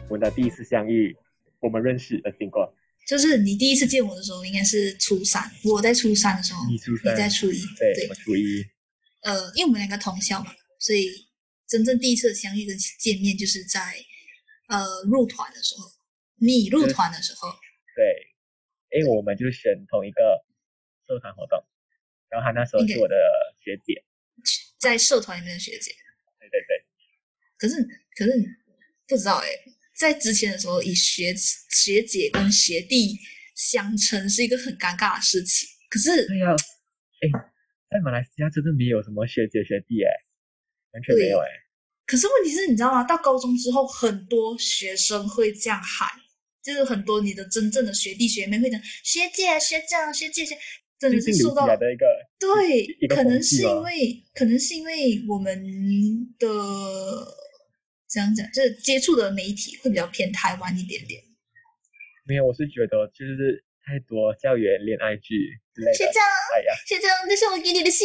我们的第一次相遇，我们认识的经过。 就是你第一次见我的时候，应该是初三，我在初三的时候， 你初你在三， 初一， 对， 对， 我初一。 因为我们两个同校嘛，所以真正第一次的相遇跟见面就是在入团的时候，你入就是团的时候， 对，因为对， 我们就选同一个社团活动，然后她那时候应该是我的学姐。 在社团里面的学姐， 对对对。 可是可是不知道在之前的时候，以学姐跟学弟相称是一个很尴尬的事情。可是对呀、哎，在马来西亚真的没有什么学姐学弟哎，完全没有对， 哎。 可是问题是，你知道吗？到高中之后，很多学生会这样喊，就是很多你的真正的学弟学妹会讲学姐、学长、学姐、真的是最近流受到起来的对， 一个可风气哦。 能是因为，可能是因为我们的怎样讲，就是接触的媒体会比较偏台湾一点点。 没有，我是觉得就是太多校园恋爱剧之类的。 学长， 哎呀， 学长，这是我给你的信，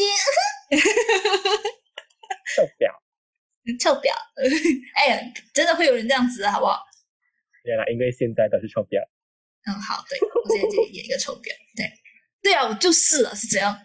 受不了。 臭婊！哎呀，真的会有人这样子，好不好？ 原来因为现在都是臭婊。 嗯，好，对我现在就演一个臭婊，对，对啊，我就是了，是这样。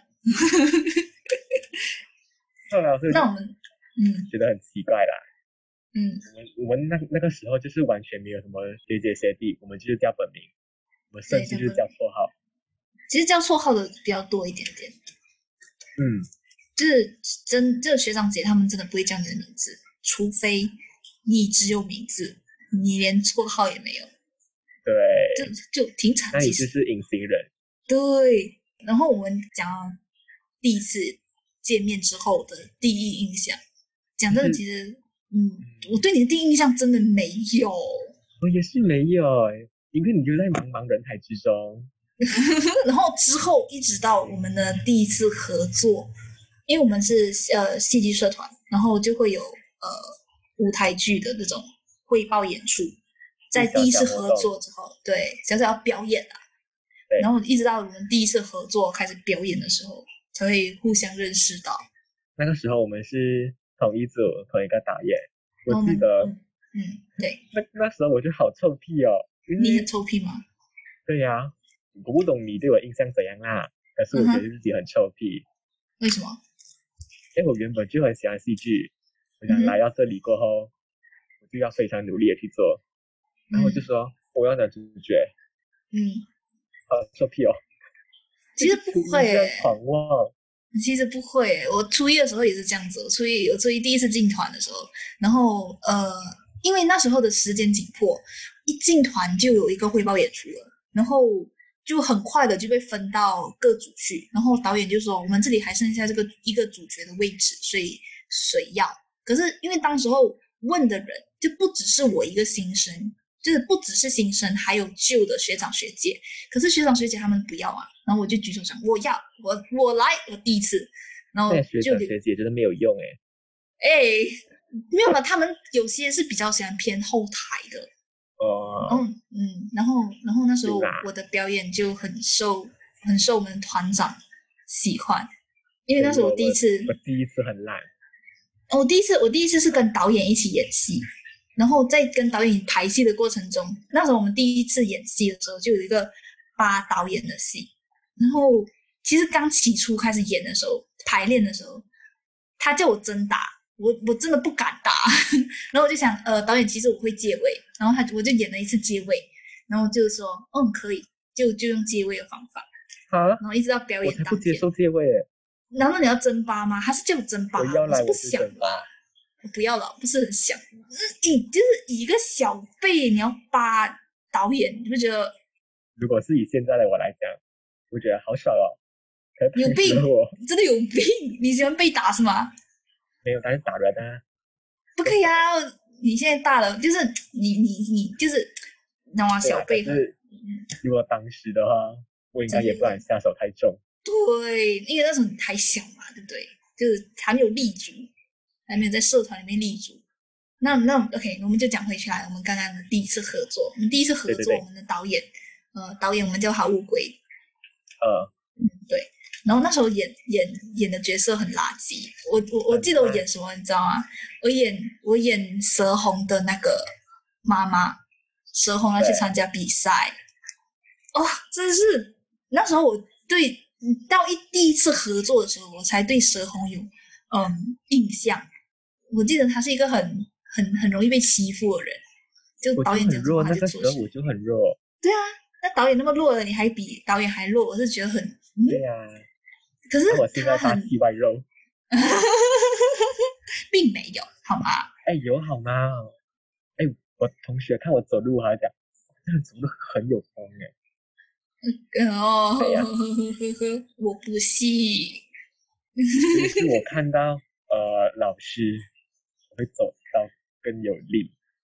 后来我是那我们，嗯觉得很奇怪啦。 嗯， 我们那个时候就是完全没有什么学姐学弟，我们就是叫本名，我们甚对， 至就是叫绰号。 其实叫绰号的比较多一点点， 嗯， 就是这个学长姐他们真的不会叫你的名字，除非你只有名字，你连绰号也没有，就对， 就挺惨，其实。 那你就是隐形人。 对，然后我们讲到第一次见面之后的第一印象，讲真的， 就是其实，我对你的第一印象真的没有， 我也是没有因为你就在茫茫人海之中。 然后之后一直到我们的第一次合作，因为我们是戏剧社团，然后就会有舞台剧的那种汇报演出，在就小第一次合小活动。 作之后，对，小小要表演啊，然对， 后一直到我们第一次合作开始表演的时候，才会互相认识到。 那个时候我们是同一组同一个导演。我然后我们， 记得对， 那时候我就好臭屁哦，因你很为臭屁吗？ 对呀、我不懂你对我印象怎样啦，可是我觉得嗯哼， 自己很臭屁。 为什么？ 因为我原本就很喜欢戏剧，我想来嗯哼， 到这里过后，我就要非常努力的去做，然后我就嗯说我要男主角。 嗯， 臭屁哦，就是其实不初一这样会诶， 狂妄。 其实不会诶。我初一的时候也是这样子，我初一第一次进团的时候，然后因为那时候的时间紧迫，一进团就有一个汇报演出了，然后就很快的就被分到各组去，然后导演就说我们这里还剩下这个一个主角的位置，所以谁要？可是因为当时候问的人就不只是我一个新生，就是不只是新生，还有旧的学长学姐。可是学长学姐他们不要啊，然后我就举手讲我要，我来，我第一次，然后那些学长学姐真的没有用诶。 哎没有了，他们有些是比较喜欢偏后台的， 哦， 然后那时候对啦， 我的表演就很受我们团长喜欢，因为那是我没有我第一次， 我第一次很烂。 我第一次是跟导演一起演戏，然后在跟导演排戏的过程中，那时候我们第一次演戏的时候就有一个扒导演的戏，然后其实刚起初开始演的时候，排练的时候，他叫我真打，我真的不敢打，然后我就想，导演其实我会接位，然后我就演了一次接位，然后就说，可以，就用接位的方法， 啊， 然后一直到表我演当天， 才不接受这位诶。 难道你要真扒吗？他是叫我真扒， 我要来我我是不就整吧。 想啦，我不要了，不是很想，就是以一个小辈你要扒导演，你不觉得如果是以现在的我来讲，我觉得好爽哦。可是当时的有病？ 我真的有病？你喜欢被打是吗？ 没有，但是打人啊， 不可以啊！你现在大了，就是你就是，你知道吗？ 对啊。可小辈很是如果当时的话，我应该也不敢真的有点下手太重。 对，因为那时候你还小嘛，对不对？就是还没有立足，还没有在社团里面立足。那 OK，我们就讲回去来，我们刚刚的第一次合作，我们第一次合作，我对对对。 们的导演我们叫他乌龟， 呃， 对。然后那时候演的角色很垃圾，我记得我很烂。 演什么，你知道吗？我演蛇红的那个妈妈， 佘红要去参加比赛。哦，真的是那时候我对到第一次合作的时候，我才对佘红有印象。我记得他是一个很容易被欺负的人，就我导演讲什么就很弱，那他就做什么。 个时候我就很弱。 对啊，那导演那么弱了，你还比导演还弱，我是觉得很对呀、 可是那我现在大他很体外肉， 并没有好吗？ 哎，有好吗？哎，我同学看我走路，还讲，这人走路很有风哎。 哦， 对呀、 我不信。 真的是我看到老师，我会走到更有力。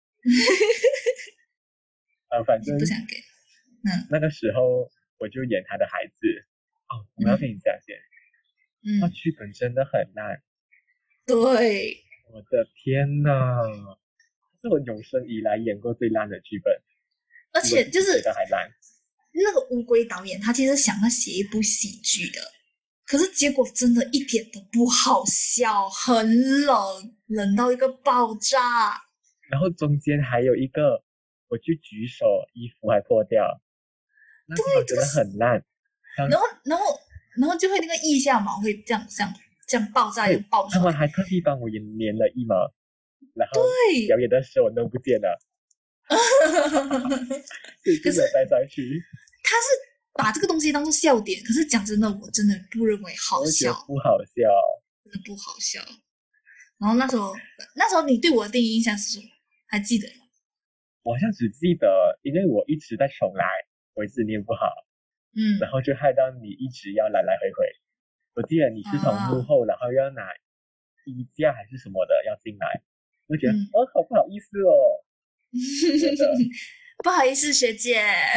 反正你不想给？嗯那个时候我就演他的孩子。哦，我要跟你讲先，那嗯， 剧本真的很烂， 对， 我的天呐，是我有生以来演过最烂的剧本， 而比我且就是自己写的还烂。 那个乌龟导演，他其实想要写一部喜剧的，可是结果真的一点都不好笑，很冷到一个爆炸。 然后中间还有一个，我去举手，衣服还破掉，那对， 地方真的这个是， 很烂。 然后就会那个腋下毛会这样像爆炸一样对， 爆出来。 他们还特地帮我粘了一毛，然后表对， 演的时候我弄不见了，所以就可是没有带上去。 他是把这个东西当做笑点，可是讲真的，我真的不认为好我会觉得笑， 不好笑。 真的不好笑。然后那时候你对我的第一印象是什么？还记得吗？ 我好像只记得，因为我一直在重来，我一直念不好，然嗯后就害到你一直要来来回回。我记得你是从幕啊后，然后要拿衣架还是什么的要进来，我觉得嗯， 好不好意思哦，真的。 不好意思，学姐。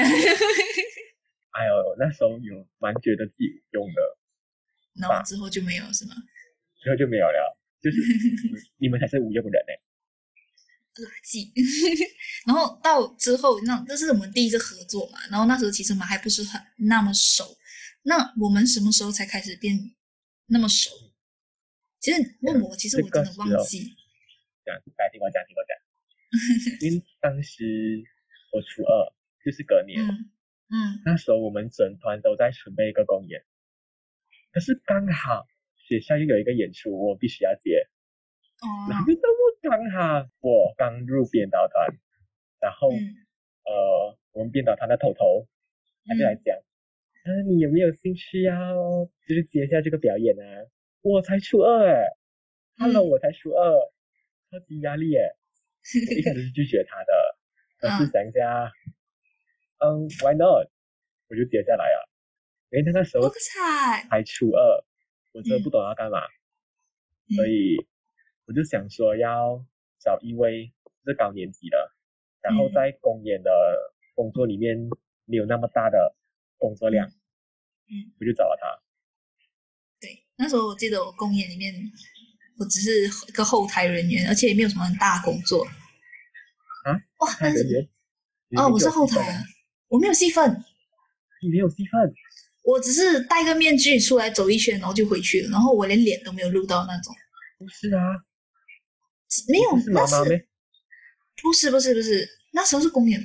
哎呦，那时候有蛮觉得自己用的然后吧， 之后就没有是吗？ 之后就没有了。就是你们才是无用人呢。 垃圾。然后到之后，这是我们第一次合作嘛，然后那时候其实我们还不是那么熟。那我们什么时候才开始变那么熟？其实问我，其实这我真的个时候， 忘记。 来听我讲，听我讲。因为当时我初二，就是隔年， 嗯嗯那时候我们整团都在准备一个公演，可是刚好学校又有一个演出，我必须要接。然后哦就这么刚好，我刚入编导团，然后嗯我们编导团的头头他就来嗯讲，你有没有兴趣就是接下这个表演啊？我才初二哎，Hello， 嗯我才初二，超级压力哎。我一开始是拒绝他的，可是嗯， 想一下，why not？我就接下来了。因为那个时候我个彩。 才初二，我真的不嗯懂要干嘛，所嗯以我就想说要找一位是高年级的，然后嗯在公演的工作里面没有那么大的工作量， 嗯嗯， 我就找了他。 对，那时候我记得我公演里面，我只是一个后台人员，而且也没有什么很大的工作。 啊， 哇， 后台但是人员，你哦，我是明明就有后台啊， 戏份啊， 我没有戏份， 你没有戏份， 我只是戴个面具出来走一圈，然后就回去了，然后我连脸都没有露到那种。 不是啊， 没有， 你不是妈妈咩？ 不是，那时候是公演，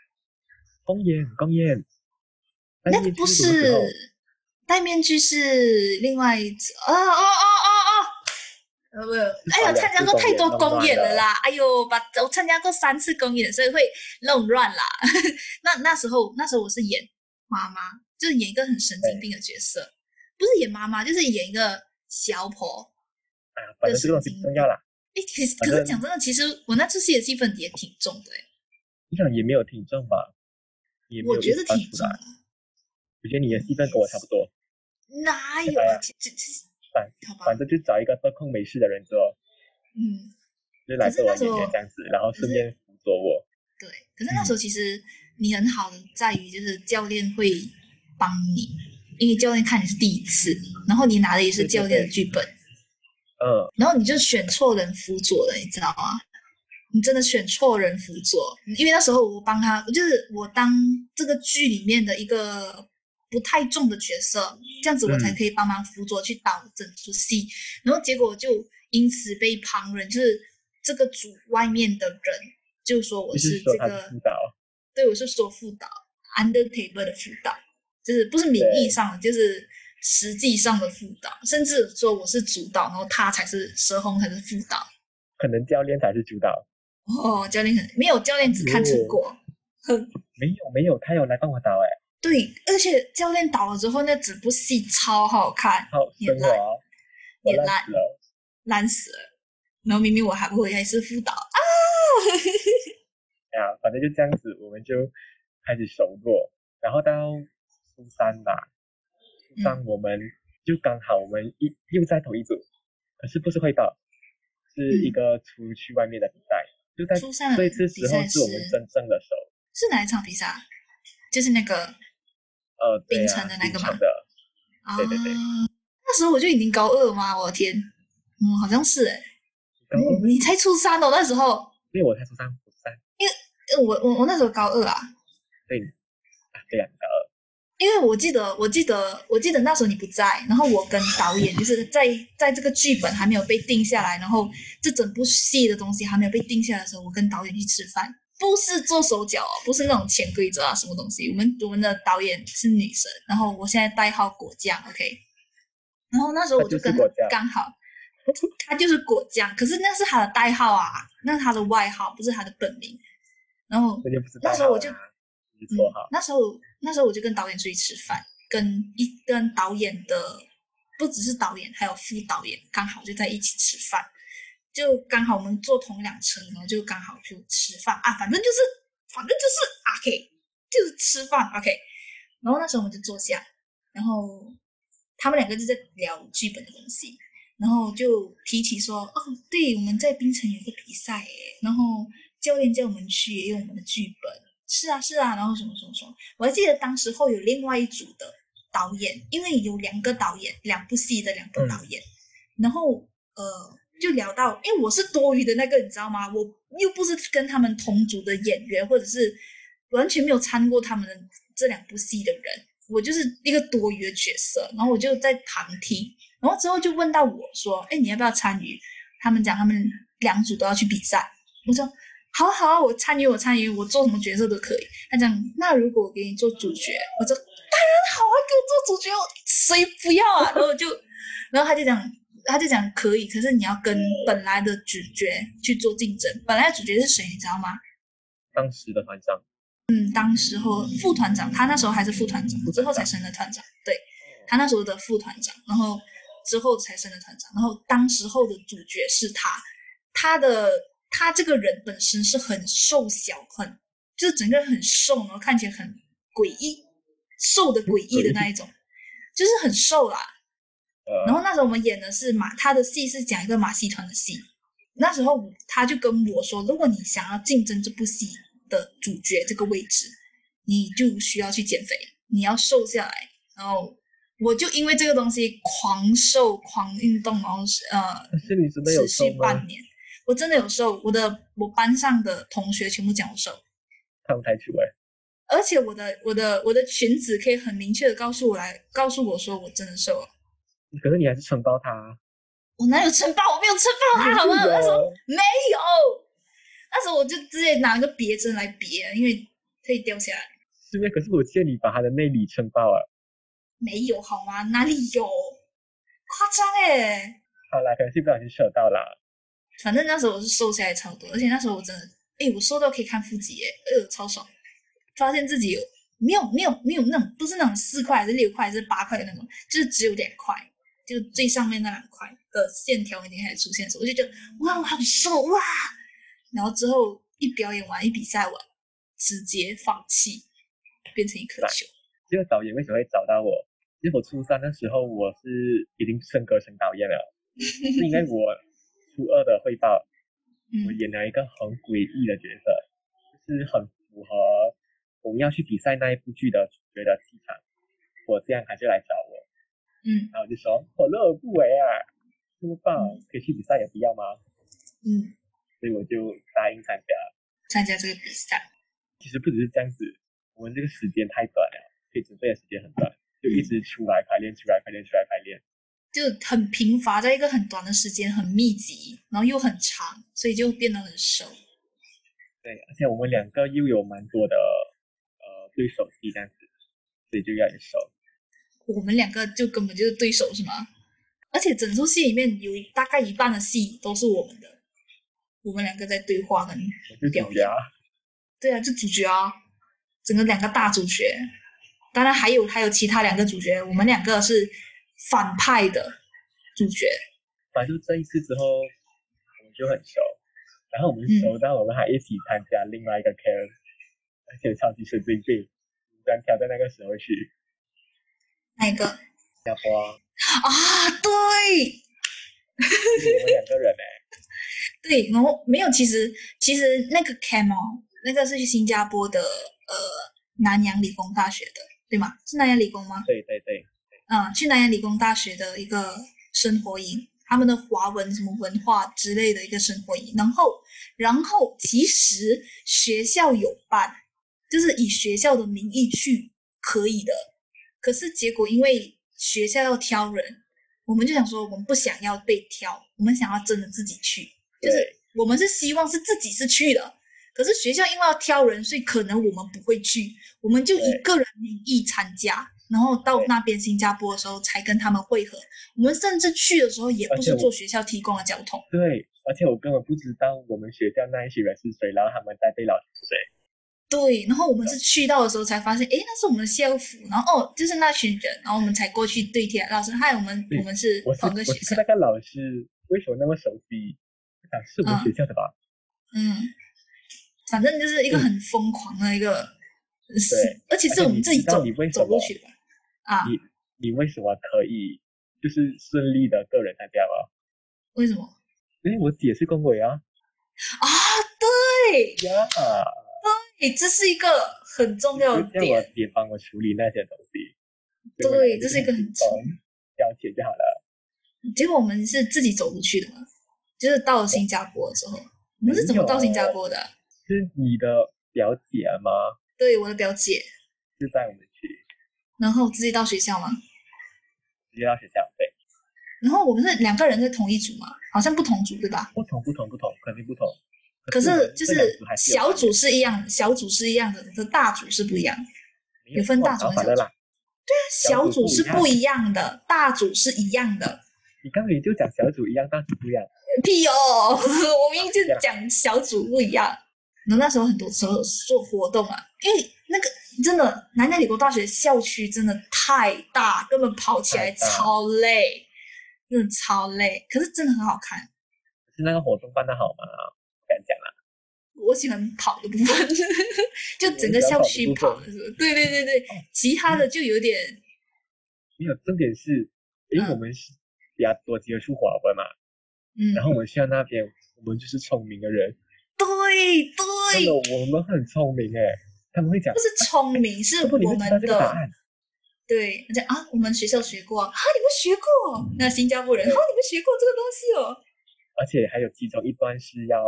公演，那那个不面具是什么时候？ 是戴面具是另外一次。不，哎呀， 至少两参加次公演过太多弄乱公演了了。 啦！哎呦，我参加过3次公演，所以会弄乱啦。那时候我是演妈妈，就是演一个很神经病的角色，不是演妈妈，就是演一个小婆， 反一个正这个东西不神经病。 重要啦， 哎， 反正可是讲真的，其实我那出戏的戏份也挺重的， 你想也没有挺重吧，也没我觉得有一直爆出来。 挺重的。 我觉得你的戏份跟我差不多。 哪有啊？ 哎呀，反好吧， 反正就找一个得空没事的人做， 嗯。 就可来做我演是那时候， 员这样子，然后顺可是便辅佐我。 对，可是那时候其实你很好的在于，就是教练会帮你，因为教练看你是第一次，然后你拿的也是对对教练的对， 剧本， 嗯， 然后你就选错人辅佐了，你知道吗？你真的选错人辅佐，因为那时候我帮他，就是我当这个剧里面的一个不太重的角色，这样子我才可以帮忙辅佐去导整出戏，然后结果就因此被旁人，就是这个组外面的人就说我就是说他是是这个副导。 对，我是说副导 under table 的副导，就是不是名义上的，就是实际上的副导，甚至说我是主导，然后他才是蛇红才是副导。 可能教练才是主导。 哦，教练没有，教练只看成果。 没有，他有来帮我导哎。 对，而且教练导了之后，那整部戏超好看， 好， 也烂， 我也烂烂死了。 烂死了。然后明明我还是副导啊， 呀，反正就这样子，我们就开始熟络，然后到初三吧，初三我们就刚好我们又在同一组，可是不是汇报，是一个出去外面的比赛，就在初三这一次时候是我们真正的熟。 是哪一场比赛？就是那个对槟城的那个吗？ 槟城的，对对对。 那时候我就已经高2了吗？我的天，好像是哎。 高2？ 你才初3哦，那时候。 因为我才初3， 因为我那时候高2啊。 对啊，高2。 因为我记得那时候你不在，然后我跟导演就是在这个剧本还没有被定下来，然后这整部戏的东西还没有被定下来的时候，我跟导演去吃饭，不是做手脚，不是那种潜规则啊什么东西。我们的导演是女神，然后我现在代号果酱 ，OK。然后那时候我就跟他刚好，他就是果酱，可是那是他的代号啊，那是他的外号，不是他的本名。然后那时候我就。那时候我就跟导演出去吃饭，跟导演的不只是导演，还有副导演，刚好就在一起吃饭，就刚好我们坐同辆车，然后就刚好就吃饭啊，反正就是OK，就是吃饭 OK。然后那时候我们就坐下，然后他们两个就在聊剧本的东西，然后就提起说，哦，对，我们在槟城有个比赛耶，然后教练叫我们去也有我们的剧本。是啊，然后什么，我还记得当时候有另外一组的导演，因为有2个导演，2部戏的2个导演，然后就聊到，因为我是多余的那个，你知道吗？我又不是跟他们同组的演员，或者是完全没有参过他们的这2部戏的人，我就是一个多余的角色，然后我就在旁听，然后之后就问到我说，哎，你要不要参与？他们讲他们2组都要去比赛，我说。好，我参与，我做什么角色都可以。他讲，那如果我给你做主角，我说当然好啊，给我做主角，谁不要啊？然后他就讲可以，可是你要跟本来的主角去做竞争。本来的主角是谁，你知道吗？ 当时的团长。 当时候副团长，他那时候还是副团长，之后才升的团长。对，他那时候的副团长，然后之后才升的团长。然后当时候的主角是他这个人本身是很瘦小，就是整个人很瘦，然后看起来很诡异，瘦的诡异的那一种，就是很瘦啦。然后那时候我们演的是他的戏是讲一个马戏团的戏。那时候他就跟我说，如果你想要竞争这部戏的主角这个位置，你就需要去减肥，你要瘦下来。然后我就因为这个东西狂瘦狂运动，然后是你真的有瘦吗？ 持续半年。我真的有瘦，我班上的同学全部讲我瘦， 看不太出来。 而且我的裙子可以很明确的告诉我说我真的瘦了。 可是你还是承包他。 我哪有承包？我没有承包他，好吗？那时候没有，那时候我就直接拿个别针来别，因为可以掉下来。 是不是？可是我见你把他的内里承包了。 没有好吗？哪里有？夸张欸。 好啦，可能是不小心扯到啦。 反正那时候我是瘦下来超多，而且那时候我真的，我瘦到可以看腹肌耶，超爽！发现自己有没有那种，不是那种4块还是6块还是8块的那种，就是只有2块，就最上面那2块的线条已经开始出现的时候，我就觉得哇，我好瘦哇！然后之后一表演完，一比赛完，直接放弃，变成一颗球。 这个导演为什么会找到我？因为我初3的时候我是已经升格成导演了，是因为我初2的汇报，我演了一个很诡异的角色，就是很符合我们要去比赛那一部剧的主角的气场。我这样他就来找我，然后就说我乐而不为啊，这么棒，可以去比赛也不要吗？所以我就答应参加这个比赛。 其实不只是这样子，我们这个时间太短了，可以准备的时间很短，就一直出来排练， 就很贫乏，在一个很短的时间，很密集，然后又很长，所以就变得很瘦。 对，而且我们2个又有蛮多的对手戏这样子，所以就要很熟。 我们两个就根本就是对手是吗？而且整出戏里面有大概一半的戏都是我们的，我们两个在对话跟表演。对啊，就主角啊，整个两个大主角，当然还有其他两个主角，我们两个是反派的主角。 反正这一次之后，我们就很熟，然后我们熟到我们还一起参加另外一个 camp，而且超级神经病，突然挑在那个时候去。 哪一个？ 新加坡啊，对， 我们两个人对，然后没有，其实那个 camp 那个是去新加坡的南洋理工大学的，对吗？是南洋理工吗？ 对。 去南洋理工大学的一个生活营，他们的华文什么文化之类的一个生活营。然后其实学校有办，就是以学校的名义去可以的，可是结果因为学校要挑人，我们就想说我们不想要被挑，我们想要真的自己去，就是我们是希望是自己是去的。可是学校因为要挑人，所以可能我们不会去，我们就以个人名义参加，然后到那边新加坡的时候才跟他们会合。我们甚至去的时候也不是坐学校提供的交通。 对，而且我根本不知道我们学校那一群人是谁，然后他们在被老师谁。 对，然后我们是去到的时候才发现，诶，那是我们的校服，然后就是那群人，然后我们才过去对贴老师，嗨，我们是同一个学校。 我是那个老师为什么那么熟悉？是我们学校的吧？ 反正就是一个很疯狂的一个， 对， 而且是我们自己走过去的吧？啊， 你为什么可以就是顺利的个人参加吗？ 为什么？ 因为我姐是公委啊。 啊，对呀， 对，这是一个很重要的点。 叫我姐帮我处理那些东西。 对，这是一个很交钱就好了。 结果我们是自己走过去的嘛，就是到了新加坡的时候，我们是怎么到新加坡的？ 是你的表姐吗？ 对，我的表姐就带我们去， 然后直接到学校吗？ 直接到学校，对。 然后我们是两个人在同一组嘛，好像不同组对吧？ 不同，肯定不同。 可是就是小组是一样的，可是大组是不一样，有分大组和小组。对啊，小组是不一样的，大组是一样的。 你刚才就讲小组一样，大组不一样。 屁哦，我明明就讲小组不一样。然后那时候很多时候做活动啊，因为那个真的南洋理工大学校区真的太大，根本跑起来超累，真的超累。可是真的很好看。 是那个活动办得好吗？敢讲啊。 我喜欢跑的部分，就整个校区跑的时候，对，其他的就有点。 没有，重点是，因为我们是比较多接触华文嘛，然后我们去到那边，我们就是聪明的人。 对， 真的，我们很聪明他们会讲， 不是聪明，是我们的答案。 对，而且我们学校学过你们学过？那新加坡人，你们学过这个东西哦。 而且还有其中一段是要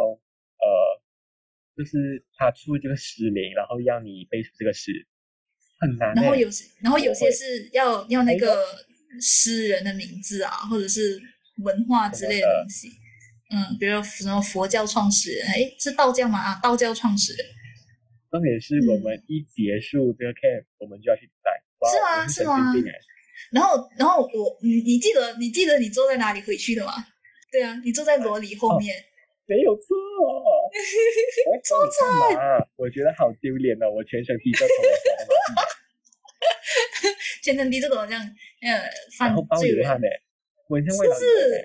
就是他出这个诗名，然后要你背出这个诗，很难。然后有些是要那个诗人的名字啊，或者是文化之类的东西。比如什么佛教创始人，是道教吗？道教创始人。 重点是我们一结束这个 camp，我们就要去比赛。 是吗？然后你记得你坐在哪里回去的吗？对啊，你坐在罗里后面。 没有错。坐在。我觉得好丢脸哦！我全程低着头。 全程低着头这样， 然后爆流汗我像外劳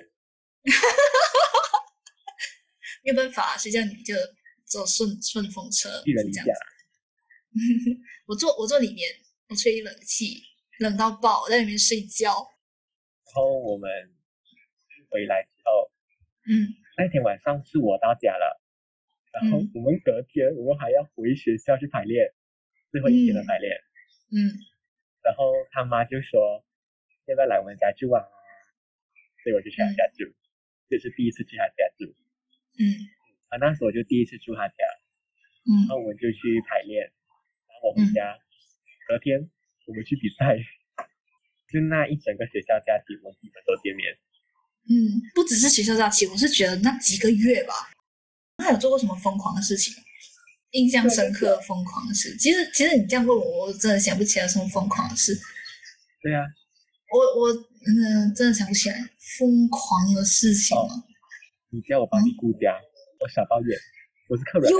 没有办法，谁叫你就坐顺风车， 一人一这样子。我坐里面，我吹冷气，冷到爆，在里面睡觉。 然后我们回来之后，那天晚上是我到家了，然后我们隔天我们还要回学校去排练，最后一天的排练。然后他妈就说要不要来我们家住啊？所以我就去他家住，这是第一次去他家住。那时候我就第一次住他家，然后我们就去排练，然后我回家，隔天我们去比赛，就那一整个学校假期我们基本都见面。 不只是学校假期，我是觉得那几个月吧。他有做过什么疯狂的事情？ 印象深刻、疯狂的事。其实你这样问我，我真的想不起来什么疯狂的事。 对啊， 我真的想不起来疯狂的事情了。 你叫我帮你顾家，我少抱怨，我是客人。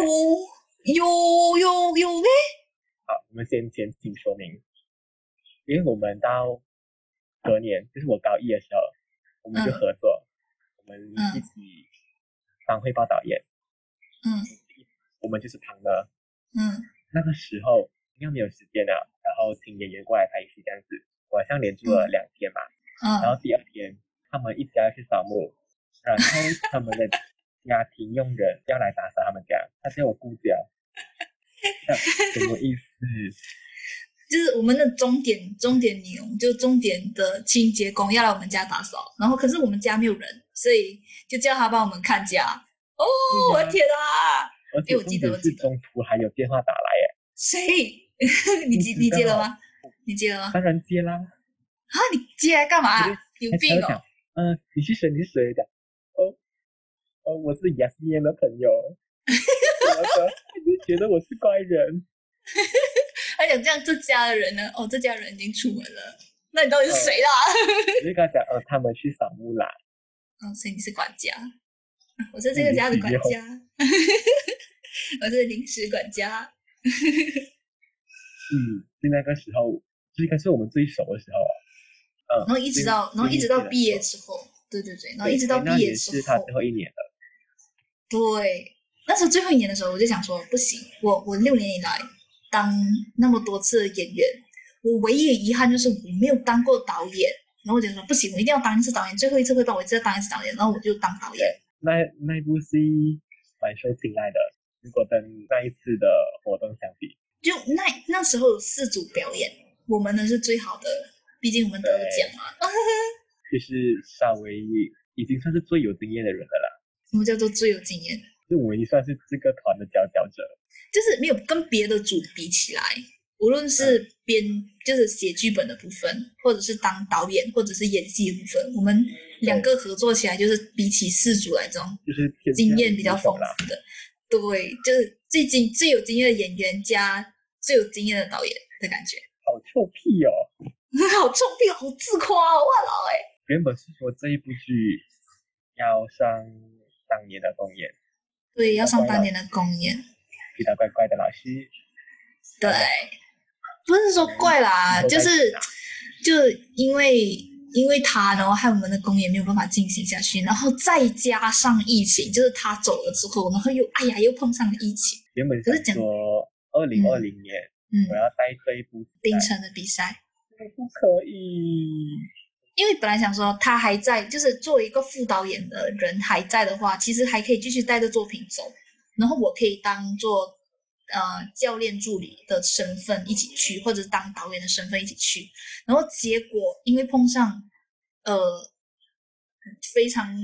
有咩？ 好，我们先请说明，因为我们到隔年，就是我高一的时候，我们就合作，我们一起当汇报导演。我们就是旁的。那个时候应该没有时间了，然后请演员过来拍戏这样子。晚上连住了2天嘛，然后第2天他们一家要去扫墓，然后他们的家庭佣人要来打扫他们家，他叫我顾家，什么意思？ 就是我们的钟点女佣，就钟点的清洁工要来我们家打扫，然后可是我们家没有人，所以就叫他帮我们看家。哦，我的天啊！ 而且重点是中途还有电话打来耶。 谁？你接了吗？你接了吗？ 当然接啦。 啊，你接来干嘛？有病哦！ 你是谁？你是谁的？我是雅思妍的朋友。你觉得我是怪人？ 还有这样，这家的人呢？这家人已经出门了。那你到底是谁啦？ 我就跟他讲，他们去扫墓啦。 所以你是管家，我是这个家的管家，我是临时管家。 就那个时候，就应该是我们最熟的时候然后一直到毕业之后，对，然后一直到毕业之后， 是他最后1年了。 对，那时候最后1年的时候，我就想说，不行，我6年以来当那么多次的演员，我唯一的遗憾就是我没有当过导演。然后我就说不行，我一定要当一次导演，最后一次会到我一直要当一次导演，然后我就当导演。 那部戏蛮受青睐的，如果跟那一次的活动相比， 就那时候有4组表演，我们的是最好的，毕竟我们得了奖嘛。 就是稍微已经算是最有经验的人了啦。 什么叫做最有经验？ 就我们算是这个团的佼佼者， 就是没有跟别的组比起来，无论是就是写剧本的部分，或者是当导演，或者是演戏的部分，我们2个合作起来，就是比起4组来这种， 就是经验比较丰富的。对，就是最有经验的演员加最有经验的导演的感觉。 好臭屁哦！ 好臭屁，好自夸哦！哇老哎！ 原本是说这一部剧要上当年的公演， 对，要上当年的公演， 遇到怪怪的老师。 对，不是说怪啦，就因为他，然后害我们的公演没有办法进行下去，然后再加上疫情，就是他走了之后，然后又碰上了疫情。 原本是说2020年，我要带这一部冰城的比赛， 不可以， 因为本来想说他还在，就是作为一个副导演的人还在的话，其实还可以继续带着作品走，然后我可以当做教练助理的身份一起去，或者是当导演的身份一起去，然后结果因为碰上非常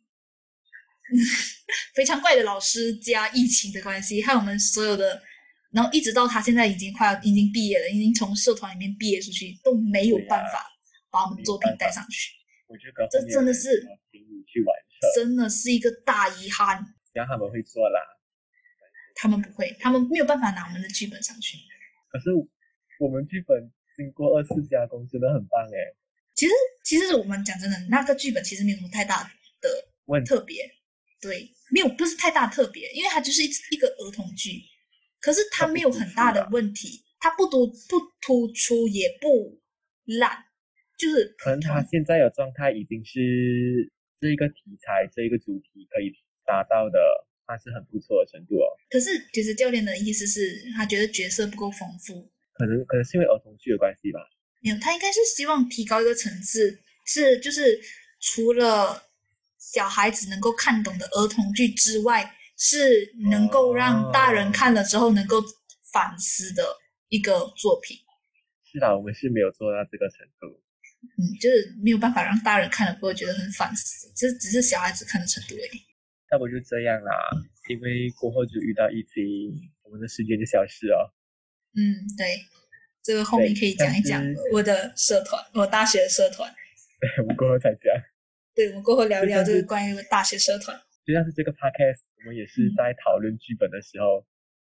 非常怪的老师加疫情的关系，害我们所有的，然后一直到他现在已经毕业了，已经从社团里面毕业出去，都没有办法把我们的作品带上去。 我觉得这真的是去完成， 真的是一个大遗憾。 这样他们会做啦。 他们不会，他们没有办法拿我们的剧本上去。 可是我们剧本经过2次加工，真的很棒哎。 其实我们讲真的，那个剧本其实没有什么太大的特别，对，没有不是太大特别，因为它就是一个儿童剧，可是它没有很大的问题，它不突出也不烂，就是可能它现在的状态已经是这一个题材这一个主题可以达到的。他是很不错的程度哦。 可是其实教练的意思是他觉得角色不够丰富， 可能是因为儿童剧的关系吧。 没有，他应该是希望提高一个层次，就是除了小孩子能够看懂的儿童剧之外，是能够让大人看了之后能够反思的一个作品。 是啦，我们是没有做到这个程度。 就是没有办法让大人看了不会觉得很反思，这只是小孩子看的程度而已。 要不就这样啦，因为过后就遇到疫情，我们的时间就消失了。 对，这个后面可以讲一讲我的社团，我大学的社团。 对，我们过后才讲。 对，我们过后聊一聊这个关于我大学社团。 就像是这个 podcast， 我们也是在讨论剧本的时候，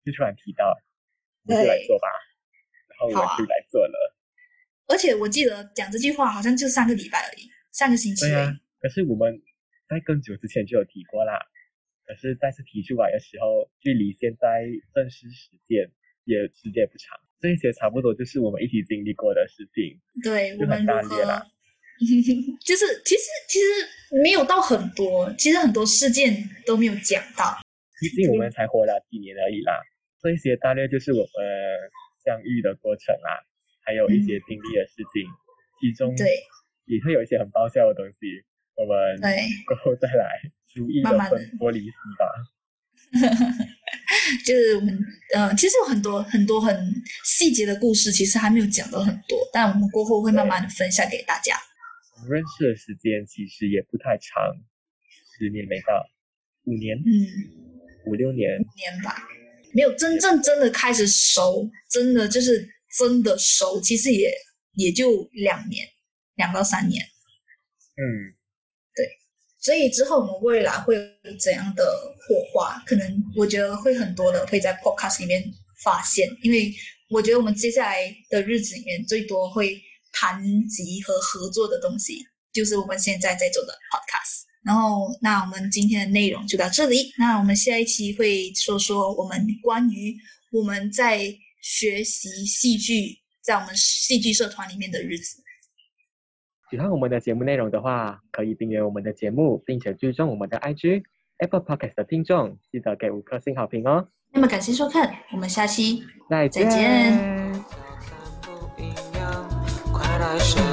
就突然提到，我们就来做吧，然后我们就来做了。 而且我记得讲这句话好像就3个礼拜而已，3个星期而已。 对啊，可是我们在更久之前就有提过啦，可是再次提出来的时候，距离现在正式时间也不长，这些差不多就是我们一起经历过的事情。 对，我们如何啦就是其实没有到很多，其实很多事件都没有讲到， 毕竟我们才活了几年而已啦。这些大略就是我们相遇的过程啦，还有一些经历的事情，其中对也会有一些很爆笑的东西，我们过后再来逐一的分剥离析吧。 就是我们其实有很多很多很细节的故事，其实还没有讲到很多，但我们过后会慢慢的分享给大家。 我们认识的时间其实也不太长，10年没到，5年，5、6年 ，5年吧，没有真的开始熟，真的熟，其实也就2年，2到3年。对，所以之后我们未来会有怎样的火花，可能我觉得会很多的会在 podcast 里面发现，因为我觉得我们接下来的日子里面最多会谈及和合作的东西，就是我们现在在做的 podcast。然后那我们今天的内容就到这里，那我们下一期会说说我们关于我们在学习戏剧，在我们戏剧社团里面的日子。 喜欢我们的节目内容的话，可以订阅我们的节目，并且追踪我们的 IG。 Apple Podcast 的听众记得给5颗星好评哦。 那么感谢收看，我们下期再见。 快来